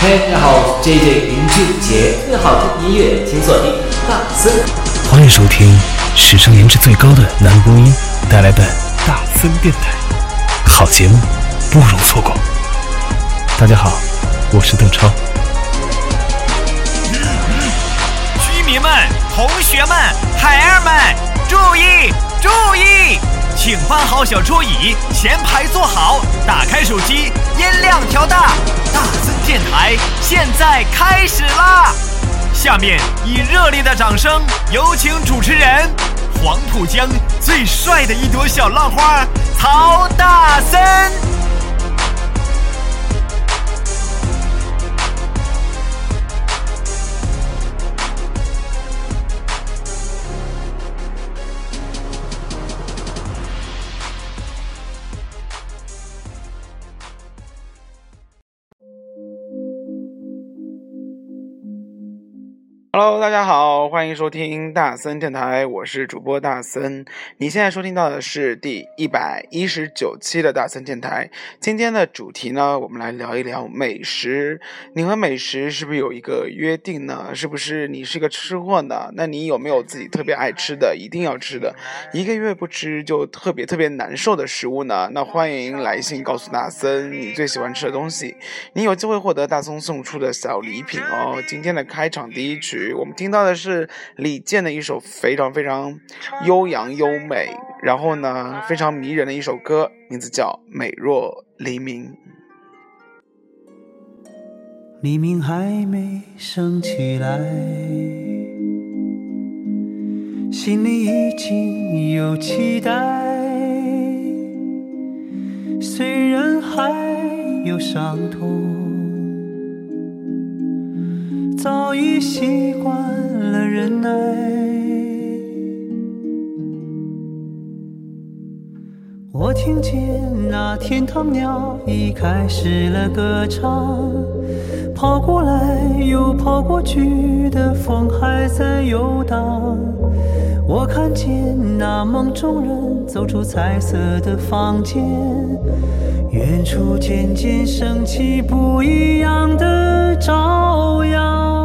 嘿，大家好，我是 JJ 林俊杰，更好听音乐请锁定大森。 欢迎收听史上颜值最高的男播音带来的大森电台，好节目不容错过。大家好，我是邓超。 居民们、同学们、孩儿们，注意注意，请搬好小桌椅，前排坐好，打开手机，音量调大，大森电台现在开始啦！下面以热烈的掌声，有请主持人黄浦江最帅的一朵小浪花曹大森。 Hello， 大家好，欢迎收听大森电台，我是主播大森。你现在收听到的是第119期的大森电台。今天的主题呢，我们来聊一聊美食。你和美食是不是有一个约定呢？是不是你是个吃货呢？那你有没有自己特别爱吃的，一定要吃的，一个月不吃就特别难受的食物呢？那欢迎来信告诉大森你最喜欢吃的东西，你有机会获得大森送出的小礼品哦。今天的开场第一曲，我们听到的是李健的一首非常悠扬优美，然后呢非常迷人的一首歌，名字叫《美若黎明》。 黎明还没升起来，心里已经有期待，虽然还有伤痛，早已习惯了忍耐。我听见那天堂鸟已开始了歌唱，跑过来又跑过去的风还在游荡。我看见那梦中人走出彩色的房间，远处渐渐升起不一样的朝阳。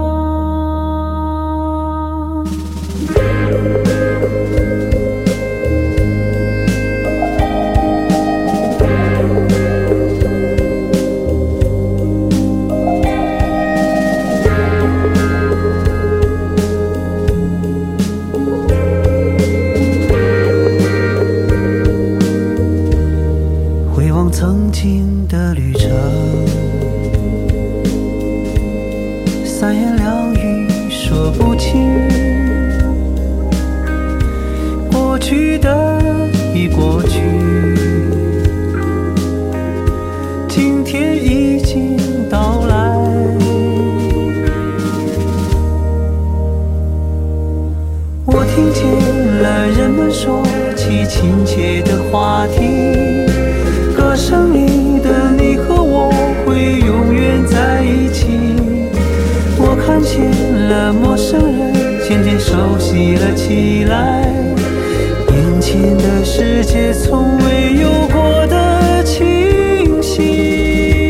回望曾经的旅程，三言两语说不清，过去的已过去，今天已经到来。我听见了人们说起亲切的话题，歌声里的你和我会永远在一起。我看见了陌生人渐渐熟悉了起来，眼前的世界从未有过的清晰。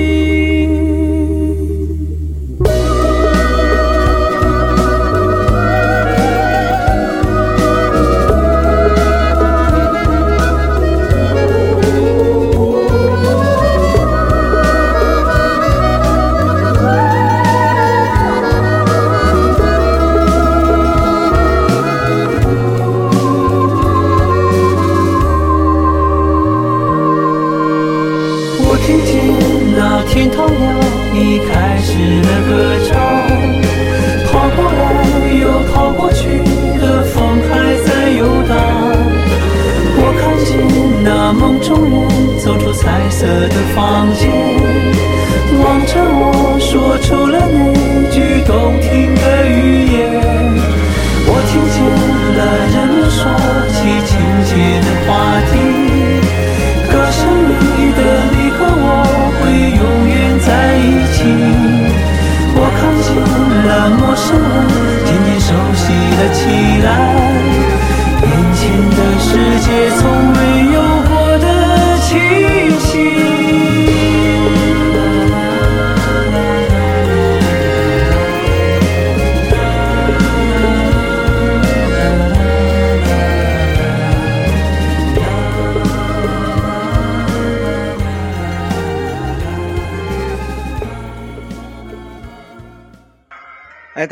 天堂鸟已开始了歌唱，跑过来又跑过去的风还在游荡。我看见那梦中人走出彩色的房间，望着我说出了那句动听的语言。我听见了人们说起亲切的话题，歌声里的你和我会永远在一起。我看见了陌生人渐渐熟悉了起来，眼前的世界从未有过的清晰。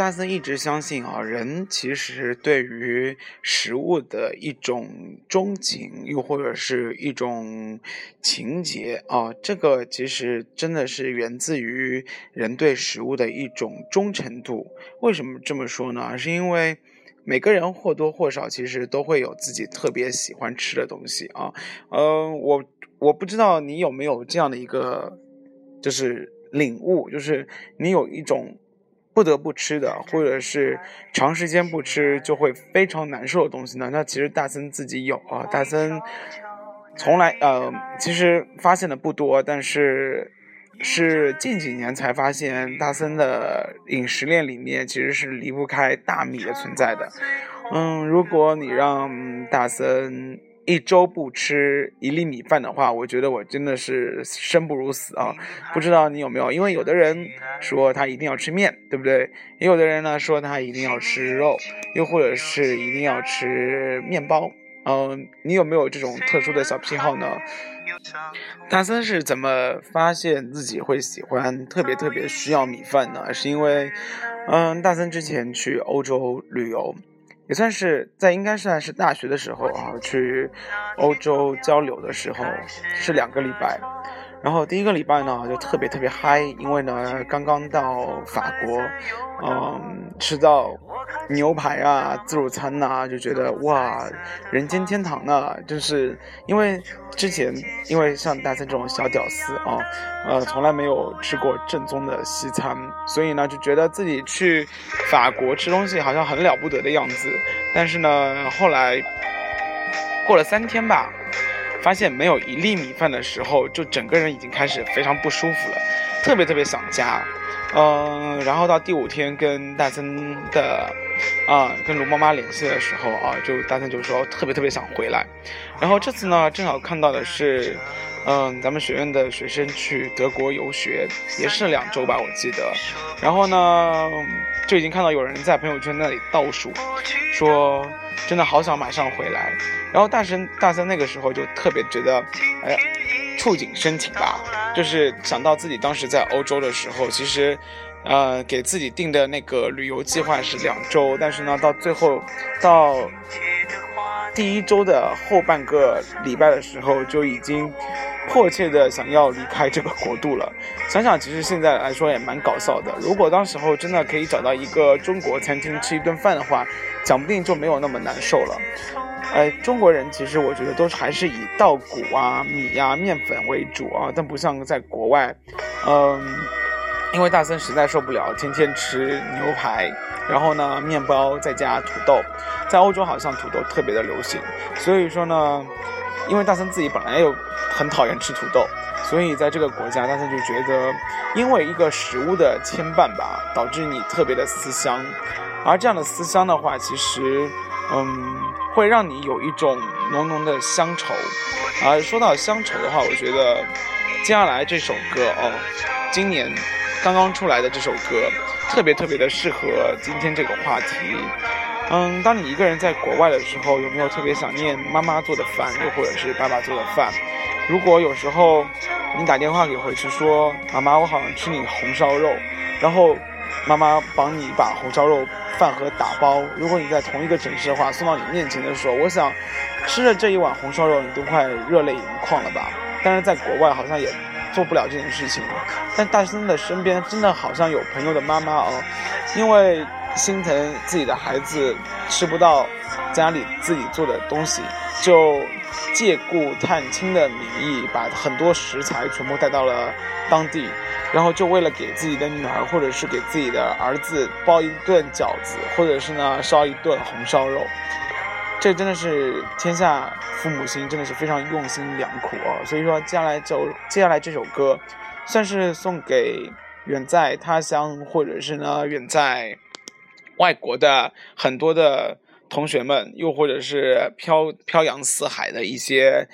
大森一直相信啊，人其实对于食物的一种钟情，又或者是一种情结啊，这个其实真的是源自于人对食物的一种忠诚度。为什么这么说呢？是因为每个人或多或少其实都会有自己特别喜欢吃的东西啊。我不知道你有没有这样的一个就是领悟，就是你有一种不得不吃的，或者是长时间不吃就会非常难受的东西呢？那其实大森自己有啊，大森从来其实发现的不多，但是近几年才发现大森的饮食链里面其实是离不开大米的存在的。如果你让大森1周不吃1粒米饭的话，我觉得我真的是生不如死啊！不知道你有没有？因为有的人说他一定要吃面，对不对？也有的人呢说他一定要吃肉，又或者是一定要吃面包。你有没有这种特殊的小癖好呢？大森是怎么发现自己会喜欢特别需要米饭呢？是因为大森之前去欧洲旅游，也算是应该算是大学的时候啊，去欧洲交流的时候是2个礼拜。然后第1个礼拜呢就特别嗨，因为呢刚刚到法国，吃到牛排啊自助餐啊，就觉得哇人间天堂啊。就是因为之前因为像大森这种小屌丝啊，从来没有吃过正宗的西餐，所以呢就觉得自己去法国吃东西好像很了不得的样子。但是呢后来过了3天吧，发现没有1粒米饭的时候，就整个人已经开始非常不舒服了，特别想家。然后到第5天跟大森的跟卢妈妈联系的时候啊，就大森就说特别想回来。然后这次呢正好看到的是咱们学院的学生去德国游学，也是2周吧我记得。然后呢就已经看到有人在朋友圈那里倒数，说真的好想马上回来。然后大森那个时候就特别觉得触景生情吧，就是想到自己当时在欧洲的时候，其实给自己定的那个旅游计划是2周，但是呢到最后到第1周的后半个礼拜的时候，就已经迫切的想要离开这个国度了。想想其实现在来说也蛮搞笑的，如果当时候真的可以找到一个中国餐厅吃一顿饭的话，讲不定就没有那么难受了。中国人其实我觉得都还是以稻谷啊米啊面粉为主啊，但不像在国外。因为大森实在受不了天天吃牛排，然后呢面包再加土豆，在欧洲好像土豆特别的流行，所以说呢因为大森自己本来又很讨厌吃土豆，所以在这个国家大森就觉得因为一个食物的牵绊吧，导致你特别的思乡。而这样的思乡的话，其实会让你有一种浓浓的乡愁。说到乡愁的话，我觉得接下来这首歌今年刚刚出来的这首歌特别的适合今天这个话题。当你一个人在国外的时候，有没有特别想念妈妈做的饭，又或者是爸爸做的饭？如果有时候你打电话给回去说妈妈我好想吃你红烧肉，然后妈妈帮你把红烧肉饭盒打包，如果你在同一个城市的话，送到你面前的时候，我想吃了这一碗红烧肉你都快热泪盈眶了吧。但是在国外好像也做不了这件事情。但大森的身边真的好像有朋友的妈妈因为心疼自己的孩子吃不到家里自己做的东西，就借故探亲的名义把很多食材全部带到了当地，然后就为了给自己的女儿或者是给自己的儿子包一顿饺子，或者是呢烧一顿红烧肉。这真的是天下父母心，真的是非常用心良苦所以说接下来这首歌算是送给远在他乡或者是呢远在外国的很多的同学们，又或者是漂洋四海的一些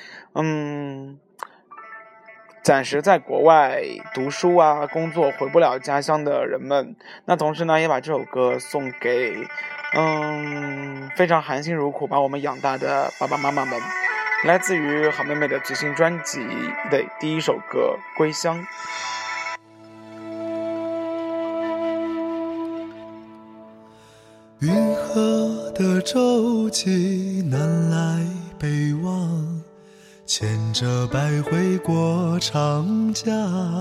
暂时在国外读书啊工作回不了家乡的人们。那同时呢也把这首歌送给非常含辛茹苦把我们养大的爸爸妈妈们。来自于好妹妹的最新专辑的第1首歌《归乡》。 《 运河的舟楫南来北往，牵着百回过长江。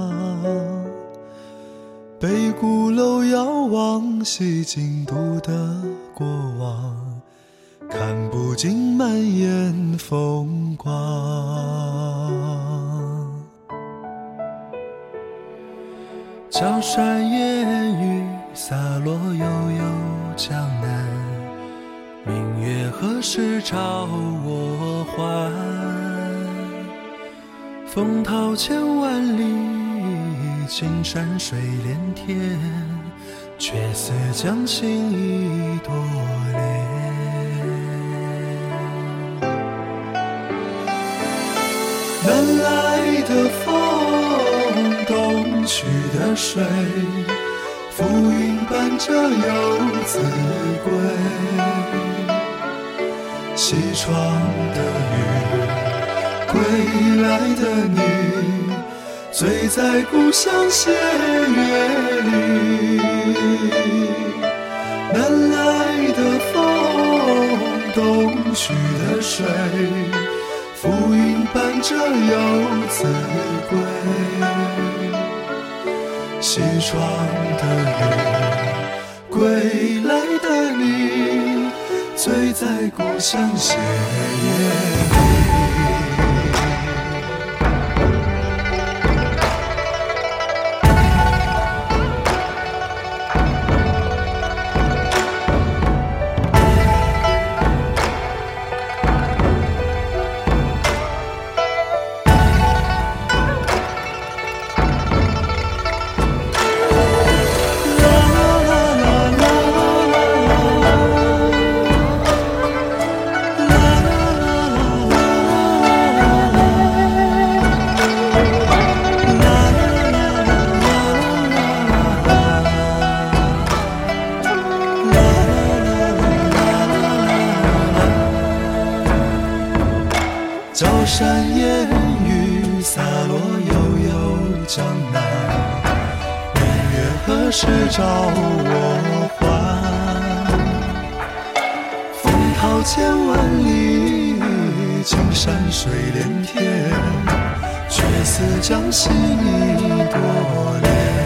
北鼓楼遥望西京都的过往，看不尽满眼风光。江山烟雨洒落悠悠江南，明月何时照我还？风涛千万里，青山水连天，却似将心一朵莲。南来的风，东去的水，浮云伴着游子归。西窗的雨，归来的你，醉在故乡斜月里。南来的风，东去的水，浮云伴着游子归。西窗的雨，归来的你，醉在故乡斜月里。高山烟雨洒落悠悠江南，明月何时照我还？风涛千万里，青山水连天，却似将心一朵莲。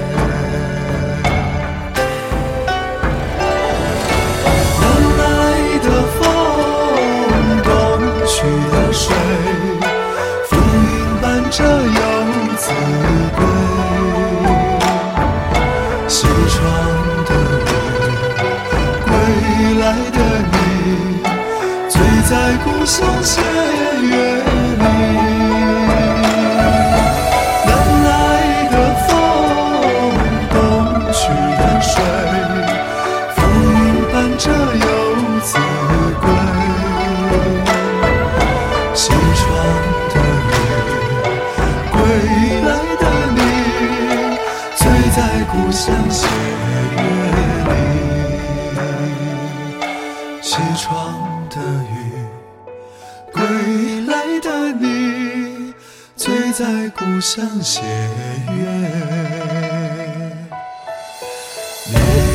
南来的风，东去的水，浮云伴着游子归。西窗的雨，归来的你，醉在故乡斜月里。南来的风，东去的水，浮云伴着游子归。西窗的雨，归来的你，醉在故乡斜月里。西窗的雨，归来的你，醉在故乡斜月里。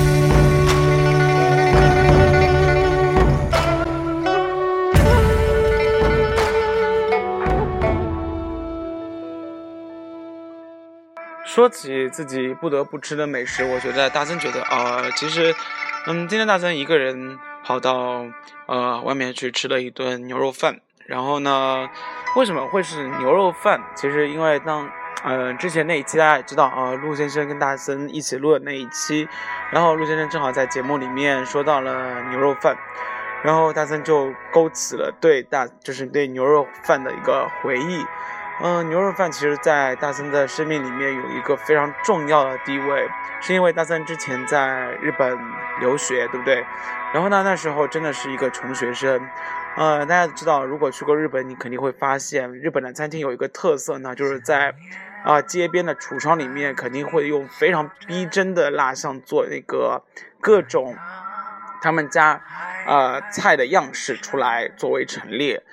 说起自己不得不吃的美食，我觉得大森觉得其实今天大森一个人跑到外面去吃了一顿牛肉饭。然后呢，为什么会是牛肉饭？其实因为之前那一期大家也知道陆先生跟大森一起录的那一期，然后陆先生正好在节目里面说到了牛肉饭，然后大森就勾起了对牛肉饭的一个回忆。牛肉饭其实在大森的生命里面有一个非常重要的地位，是因为大森之前在日本留学，对不对？然后呢，那时候真的是一个穷学生。大家知道，如果去过日本，你肯定会发现日本的餐厅有一个特色呢，就是在街边的橱窗里面肯定会用非常逼真的蜡像做那个各种他们家菜的样式出来作为陈列。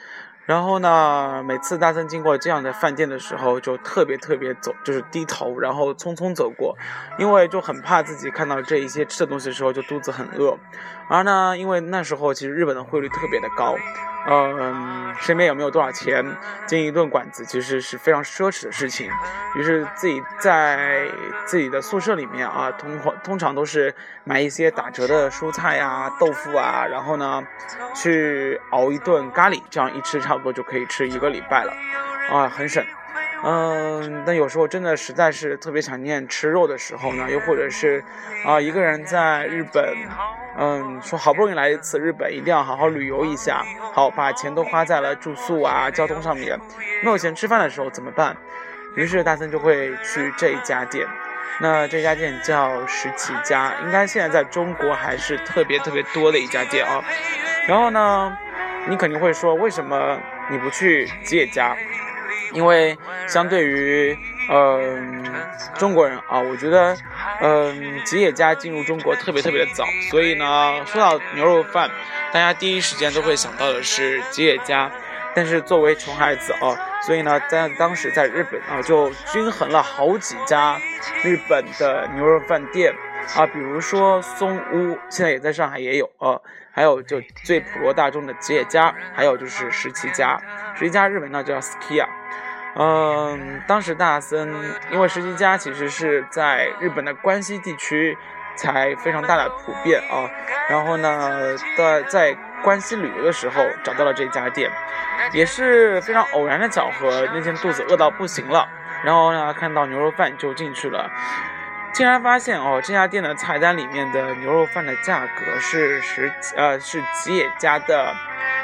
然后呢，每次大森经过这样的饭店的时候，就特别就是低头，然后匆匆走过，因为就很怕自己看到这一些吃的东西的时候就肚子很饿。而呢，因为那时候其实日本的汇率特别的高，身边也没有多少钱，经营一顿馆子其实是非常奢侈的事情。于是自己在自己的宿舍里面啊，通常都是买一些打折的蔬菜啊、豆腐啊，然后呢去熬一顿咖喱，这样一吃差不多就可以吃1个礼拜了，啊，很省。但有时候真的实在是特别想念吃肉的时候呢，又或者是一个人在日本，说好不容易来一次日本，一定要好好旅游一下，好把钱都花在了住宿啊、交通上面，没有钱吃饭的时候怎么办？于是大森就会去这一家店，那这家店叫石岐家，应该现在在中国还是特别多的一家店啊。然后呢，你肯定会说，为什么你不去吉野家？因为相对于中国人啊，我觉得吉野家进入中国特别的早，所以呢，说到牛肉饭，大家第一时间都会想到的是吉野家。但是作为穷孩子啊，所以呢，在当时在日本啊，就均衡了好几家日本的牛肉饭店啊，比如说松屋，现在也在上海也有啊，还有就最普罗大众的吉野家，还有就是石岐家。石岐家日文呢叫 Sukiya。当时大森因为石岐家其实是在日本的关西地区才非常大的普遍啊，然后呢在关西旅游的时候找到了这家店，也是非常偶然的巧合，那天肚子饿到不行了，然后呢看到牛肉饭就进去了，竟然发现这家店的菜单里面的牛肉饭的价格是吉野家的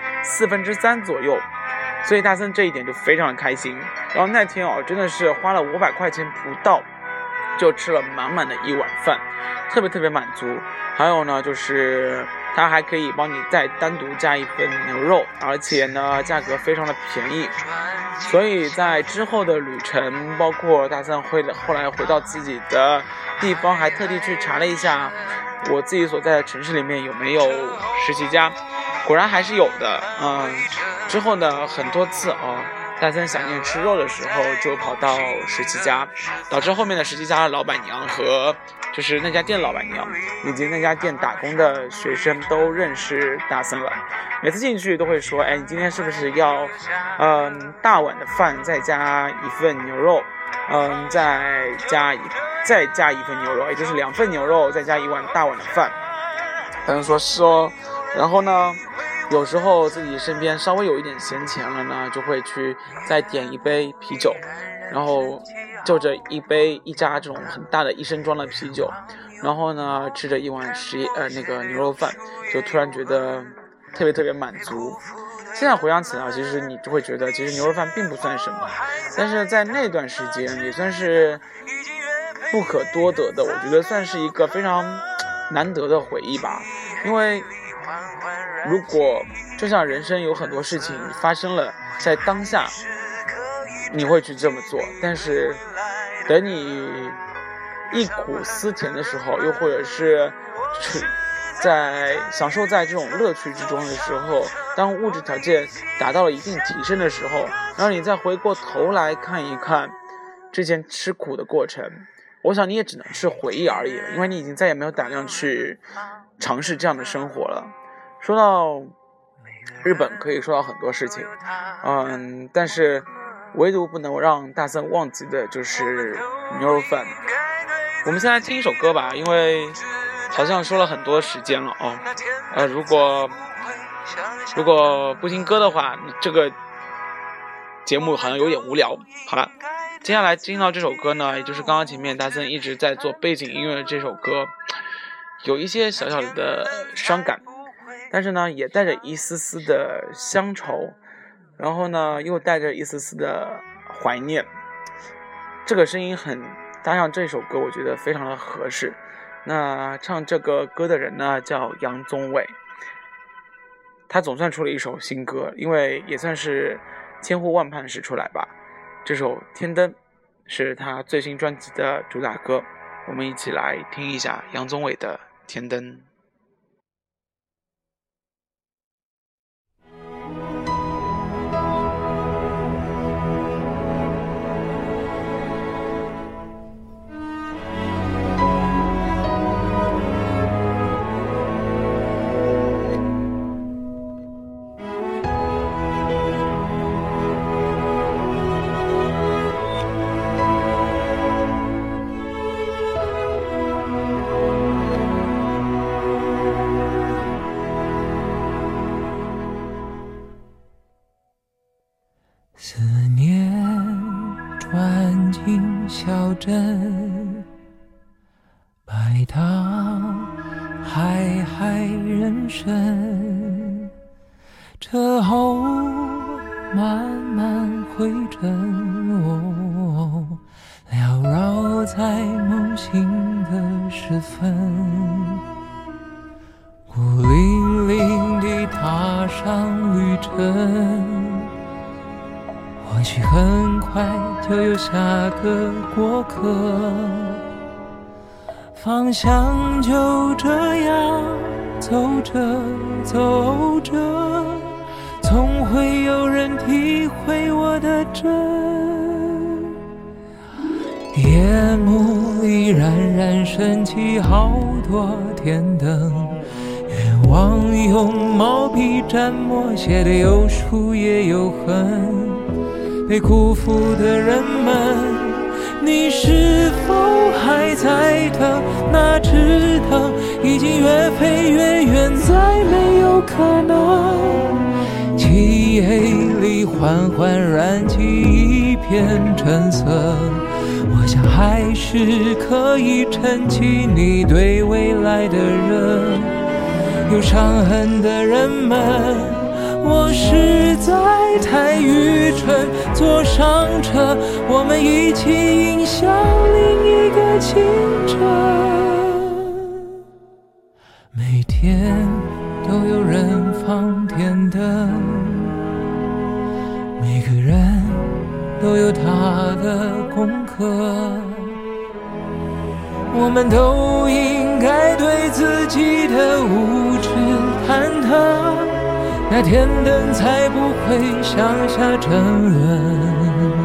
3/4左右，所以大森这一点就非常的开心。然后那天真的是花了500块钱不到，就吃了满满的一碗饭，特别满足。还有呢，就是它还可以帮你再单独加一份牛肉，而且呢价格非常的便宜。所以在之后的旅程，包括大森后来回到自己的地方，还特地去查了一下我自己所在的城市里面有没有石岐家，果然还是有的。之后呢很多次大森想念吃肉的时候就跑到石岐家，导致后面的石岐家的老板娘和就是那家店老板娘以及那家店打工的学生都认识大森了。每次进去都会说，你今天是不是要大碗的饭再加一份牛肉，再加一份牛肉，也就是2份牛肉再加1碗大碗的饭。大森说是哦。然后呢有时候自己身边稍微有一点闲钱了呢，就会去再点一杯啤酒，然后就着一扎这种很大的1升装的啤酒，然后呢吃着一碗那个牛肉饭，就突然觉得特别满足。现在回想起来，其实你就会觉得其实牛肉饭并不算什么，但是在那段时间也算是不可多得的，我觉得算是一个非常难得的回忆吧。因为如果就像人生有很多事情发生了，在当下你会去这么做，但是等你忆苦思甜的时候，又或者是在享受在这种乐趣之中的时候，当物质条件达到了一定提升的时候，然后你再回过头来看一看之前吃苦的过程，我想你也只能是回忆而已了，因为你已经再也没有胆量去尝试这样的生活了。说到日本可以说到很多事情，但是唯独不能让大森忘记的就是牛肉饭。我们先来听一首歌吧，因为好像说了很多时间了如果不听歌的话，这个节目好像有点无聊。好了，接下来听到这首歌呢，也就是刚刚前面大森一直在做背景音乐的这首歌，有一些小小的伤感，但是呢也带着一丝丝的乡愁，然后呢又带着一丝丝的怀念。这个声音很搭上这首歌，我觉得非常的合适。那唱这个歌的人呢叫杨宗纬，他总算出了一首新歌，因为也算是千呼万盼始出来吧。这首《天灯》是他最新专辑的主打歌，我们一起来听一下杨宗纬的《天灯》。 思念转进小镇，摆荡海海人生，车后慢慢回阵，缭绕在梦醒的时分，孤零零地踏上旅程，或许很快就有下个过客，方向就这样走着走着，总会有人体会我的真。夜幕里冉冉升起好多天灯，愿望用毛笔蘸墨，写的有书也有痕。被辜负的人们，你是否还在等？那只灯已经越飞越远，再没有可能。漆黑里缓缓燃起一片橙色，我想还是可以撑起你对未来的热。有伤痕的人们，我实在太愚蠢，坐上车，我们一起迎向另一个清晨。每天都有人放天灯，每个人都有他的功课，我们都应该对自己的无知忐忑，那天灯才不会向下沉沦。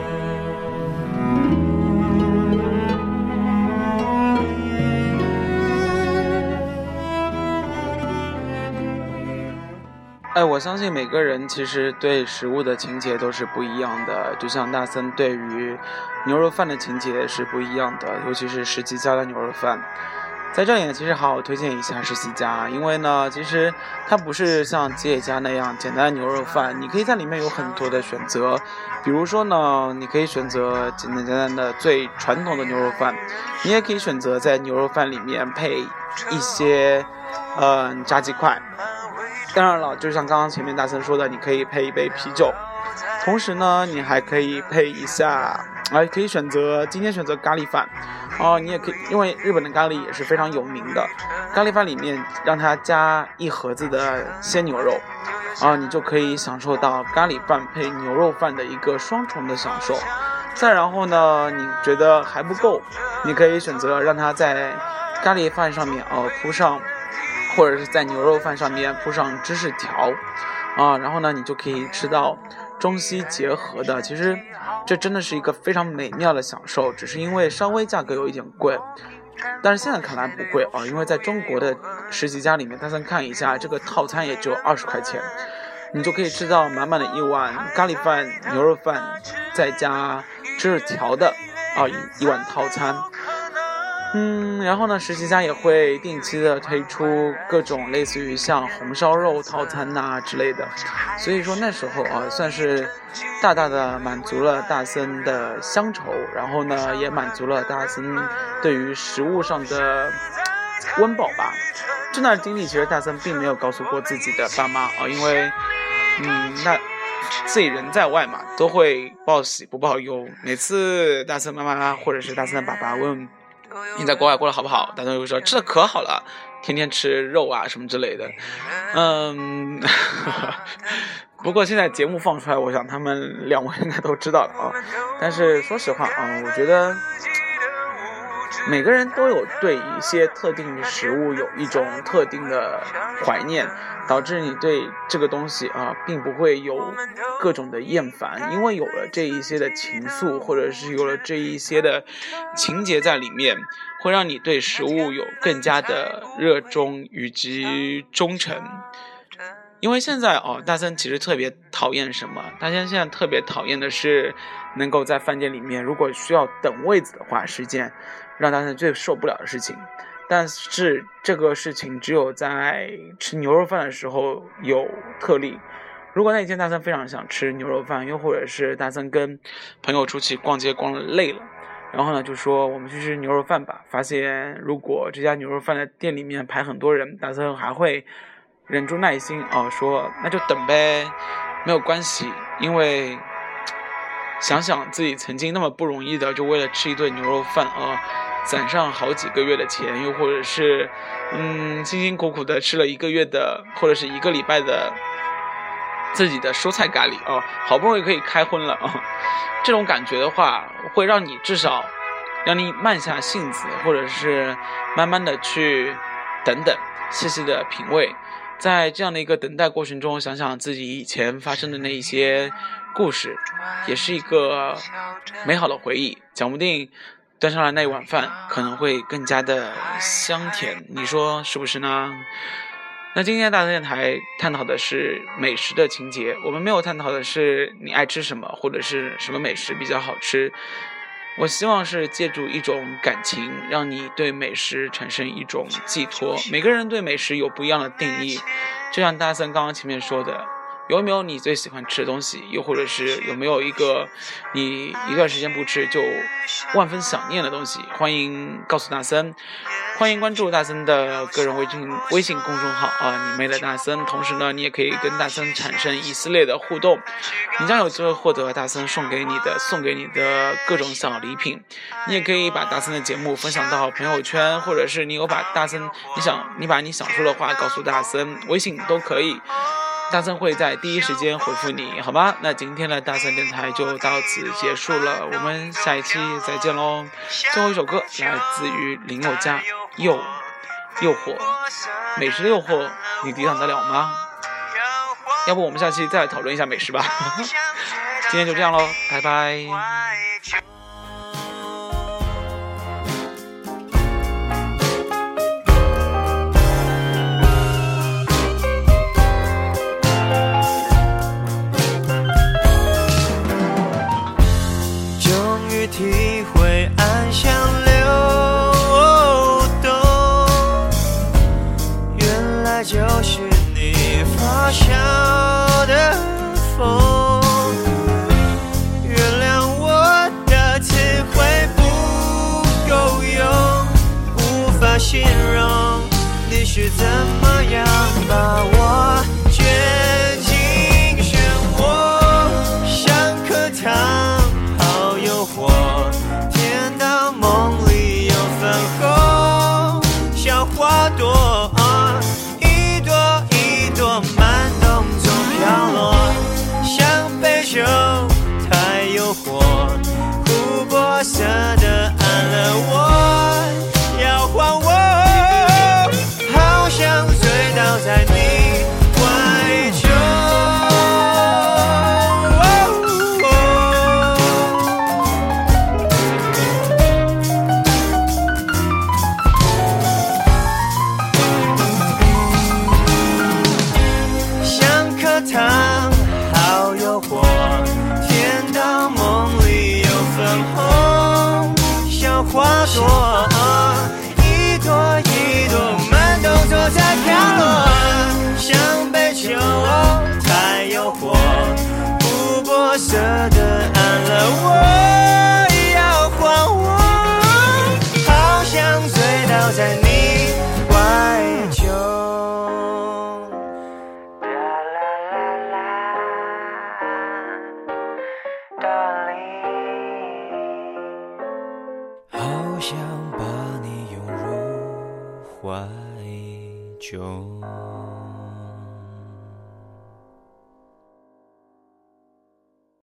我相信每个人其实对食物的情节都是不一样的，就像大森对于牛肉饭的情节是不一样的，尤其是十七家的牛肉饭。在这里呢，其实好好推荐一下十七家，因为呢，其实它不是像吉野家那样简单的牛肉饭，你可以在里面有很多的选择。比如说呢，你可以选择简单的最传统的牛肉饭，你也可以选择在牛肉饭里面配一些炸鸡块。当然了，就像刚刚前面大森说的，你可以配一杯啤酒，同时呢，你还可以配一下，可以今天选择咖喱饭，你也可以，因为日本的咖喱也是非常有名的，咖喱饭里面让它加一盒子的鲜牛肉，你就可以享受到咖喱饭配牛肉饭的一个双重的享受。再然后呢，你觉得还不够，你可以选择让它在咖喱饭上面铺上，或者是在牛肉饭上面铺上芝士条，然后呢，你就可以吃到中西结合的。其实这真的是一个非常美妙的享受，只是因为稍微价格有一点贵，但是现在看来不贵因为在中国的十几家里面，大家看一下，这个套餐也只有20块钱，你就可以吃到满满的一碗咖喱饭、牛肉饭，再加芝士条的一碗套餐。然后呢，十七家也会定期的推出各种类似于像红烧肉套餐之类的，所以说那时候算是大大的满足了大森的乡愁，然后呢也满足了大森对于食物上的温饱吧。这段经历其实大森并没有告诉过自己的爸妈因为那自己人在外嘛，都会报喜不报忧。每次大森妈妈或者是大森的爸爸问你在国外过得好不好，大森会说吃的可好了，天天吃肉什么之类的。不过现在节目放出来，我想他们两位应该都知道了但是说实话我觉得每个人都有对一些特定的食物有一种特定的怀念，导致你对这个东西并不会有各种的厌烦，因为有了这一些的情愫，或者是有了这一些的情节在里面，会让你对食物有更加的热衷以及忠诚。因为现在大森其实特别讨厌什么？大森现在特别讨厌的是能够在饭店里面，如果需要等位子的话，是件让大森最受不了的事情。但是这个事情只有在吃牛肉饭的时候有特例， 如果那一天大森非常想吃牛肉饭，又或者是大森跟朋友出去逛街逛了累了，然后呢就说我们去吃牛肉饭吧，发现如果这家牛肉饭的店里面排很多人，大森还会忍住耐心说那就等呗，没有关系，因为想想自己曾经那么不容易的就为了吃一顿牛肉饭攒上好几个月的钱，又或者是辛辛苦苦的吃了1个月的或者是1个礼拜的自己的蔬菜咖喱好不容易可以开荤了这种感觉的话会让你至少让你慢下性子，或者是慢慢的去等等，细细的品味，在这样的一个等待过程中，想想自己以前发生的那一些故事，也是一个美好的回忆，讲不定端上来那一碗饭可能会更加的香甜，你说是不是呢？那今天大森电台探讨的是美食的情节，我们没有探讨的是你爱吃什么，或者是什么美食比较好吃。我希望是借助一种感情，让你对美食产生一种寄托。每个人对美食有不一样的定义，就像大森刚刚前面说的，有没有你最喜欢吃的东西，又或者是有没有一个你一段时间不吃就万分想念的东西，欢迎告诉大森，欢迎关注大森的个人微信公众号你妹的大森，同时呢你也可以跟大森产生一系列的互动，你将有机会获得大森送给你的各种小礼品，你也可以把大森的节目分享到朋友圈，或者是你有把大森你把你想说的话告诉大森，微信都可以，大森会在第一时间回复你，好吗？那今天的大森电台就到此结束了，我们下一期再见咯。最后一首歌来自于林宥嘉，诱惑，美食的诱惑你抵挡得了吗？要不我们下期再来讨论一下美食吧今天就这样咯，拜拜。 体会暗香流动，原来就是你发酵的风。原谅我的词汇不够用，无法形容你是怎么样把我卷进漩涡，像颗糖甜到梦里有粉红，像花朵一朵一朵慢动作飘落，像杯酒太诱惑，琥珀色的暗了我，摇晃我，好像醉倒在你怀中。花朵一朵一朵慢动作在飘落，像杯酒太诱惑，琥珀色的暗了我，摇晃我，好像醉倒在你怀中。好想把你拥入怀中。